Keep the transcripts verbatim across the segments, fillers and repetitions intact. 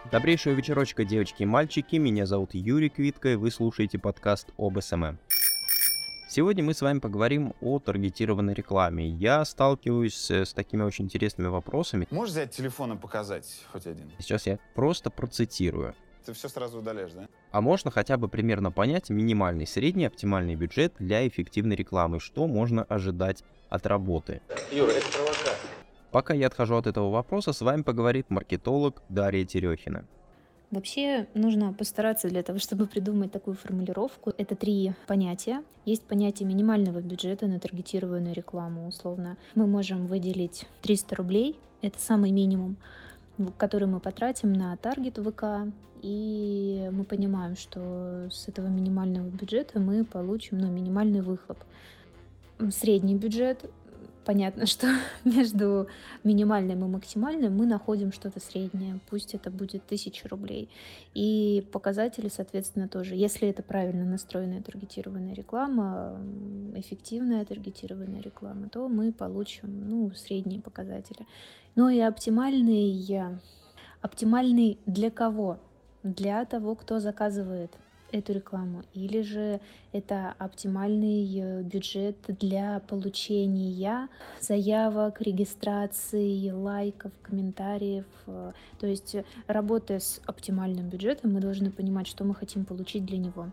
Добрейшего вечерочка, девочки и мальчики, меня зовут Юрий Квитко, и вы слушаете подкаст об эс эм эм. Сегодня мы с вами поговорим о таргетированной рекламе. Я сталкиваюсь с такими очень интересными вопросами. Можешь взять телефон и показать хоть один? Сейчас я просто процитирую. Ты все сразу удаляешь, да? А можно хотя бы примерно понять минимальный, средний, оптимальный бюджет для эффективной рекламы, что можно ожидать от работы? Юра, это провокация. Пока я отхожу от этого вопроса, с вами поговорит маркетолог Дарья Терехина. Вообще нужно постараться для того, чтобы придумать такую формулировку. Это три понятия. Есть понятие минимального бюджета на таргетированную рекламу. Условно, мы можем выделить триста рублей, это самый минимум, который мы потратим на таргет ВК. И мы понимаем, что с этого минимального бюджета мы получим ну, минимальный выхлоп. Средний бюджет. Понятно, что между минимальным и максимальным мы находим что-то среднее. Пусть это будет тысяча рублей. И показатели, соответственно, тоже. Если это правильно настроенная таргетированная реклама, эффективная таргетированная реклама, то мы получим ну, средние показатели. Ну и оптимальный, оптимальный для кого? Для того, кто заказывает эту рекламу, или же это оптимальный бюджет для получения заявок, регистраций, лайков, комментариев. То есть, работая с оптимальным бюджетом, мы должны понимать, что мы хотим получить для него.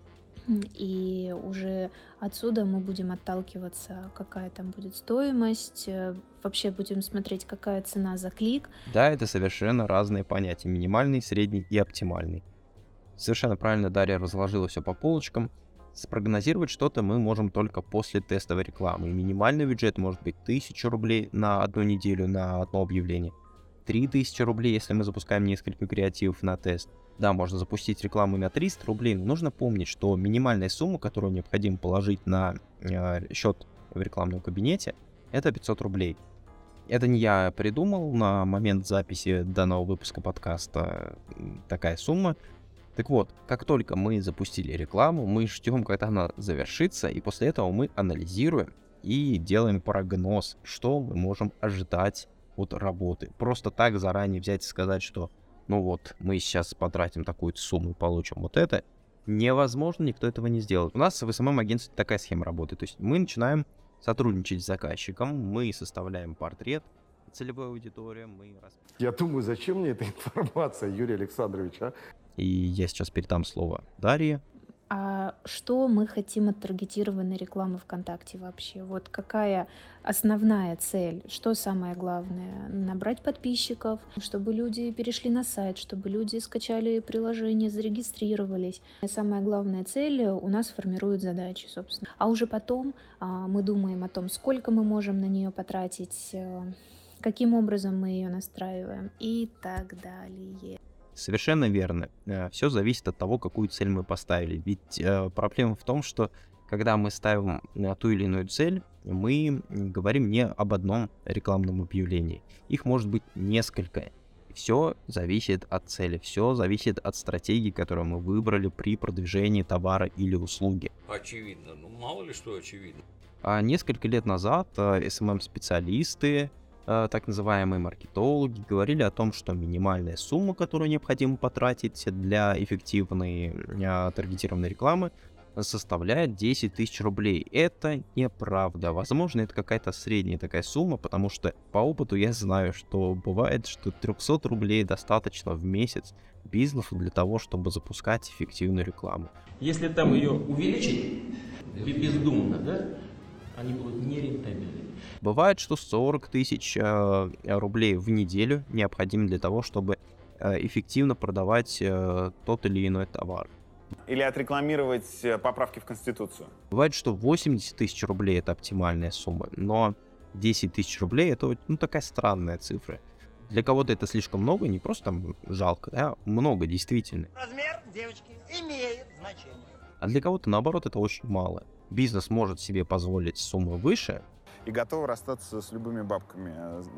И уже отсюда мы будем отталкиваться, какая там будет стоимость, вообще будем смотреть, какая цена за клик. Да, это совершенно разные понятия: минимальный, средний и оптимальный. Совершенно правильно Дарья разложила все по полочкам. Спрогнозировать что-то мы можем только после тестовой рекламы. И минимальный бюджет может быть тысяча рублей на одну неделю на одно объявление. три тысячи рублей, если мы запускаем несколько креативов на тест. Да, можно запустить рекламу на триста рублей, но нужно помнить, что минимальная сумма, которую необходимо положить на э, счет в рекламном кабинете, это пятьсот рублей. Это не я придумал на момент записи данного выпуска подкаста такая сумма. Так вот, как только мы запустили рекламу, мы ждем, когда она завершится, и после этого мы анализируем и делаем прогноз, что мы можем ожидать от работы. Просто так заранее взять и сказать, что ну вот, мы сейчас потратим такую-то сумму и получим вот это, невозможно, никто этого не сделает. У нас в эс эм эм-агентстве такая схема работает. То есть мы начинаем сотрудничать с заказчиком, мы составляем портрет, целевой аудитории, мы... Я думаю, зачем мне эта информация, Юрий Александрович, а? И я сейчас передам слово Дарье. А что мы хотим от таргетированной рекламы ВКонтакте вообще? Вот какая основная цель? Что самое главное? Набрать подписчиков, чтобы люди перешли на сайт, чтобы люди скачали приложение, зарегистрировались. И самая главная цель у нас формирует задачи, собственно. А уже потом а, мы думаем о том, сколько мы можем на нее потратить, каким образом мы ее настраиваем и так далее. Совершенно верно. Все зависит от того, какую цель мы поставили. Ведь э, проблема в том, что когда мы ставим на ту или иную цель, мы говорим не об одном рекламном объявлении. Их может быть несколько. Все зависит от цели, все зависит от стратегии, которую мы выбрали при продвижении товара или услуги. Очевидно. Ну, мало ли что очевидно. А несколько лет назад э, эс эм эм-специалисты, так называемые маркетологи, говорили о том, что минимальная сумма, которую необходимо потратить для эффективной а, таргетированной рекламы, составляет десять тысяч рублей. Это неправда. Возможно, это какая-то средняя такая сумма, потому что по опыту я знаю, что бывает, что триста рублей достаточно в месяц бизнесу для того, чтобы запускать эффективную рекламу. Если там ее увеличить бездумно, да, они будут нерентабельны. Бывает, что сорок тысяч э, рублей в неделю необходимо для того, чтобы э, эффективно продавать э, тот или иной товар. Или отрекламировать поправки в Конституцию. Бывает, что восемьдесят тысяч рублей это оптимальная сумма, но десять тысяч рублей это ну, такая странная цифра. Для кого-то это слишком много, не просто там жалко, а много действительно. Размер девочки имеет значение. А для кого-то наоборот это очень мало. Бизнес может себе позволить сумму выше, И готовы расстаться с любыми бабками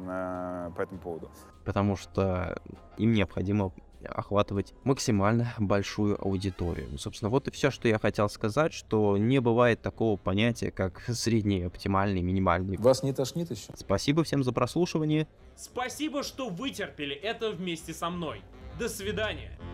на, по этому поводу. Потому что им необходимо охватывать максимально большую аудиторию. Собственно, вот и все, что я хотел сказать, что не бывает такого понятия, как средний, оптимальный, минимальный. Вас не тошнит еще? Спасибо всем за прослушивание. Спасибо, что вытерпели это вместе со мной. До свидания.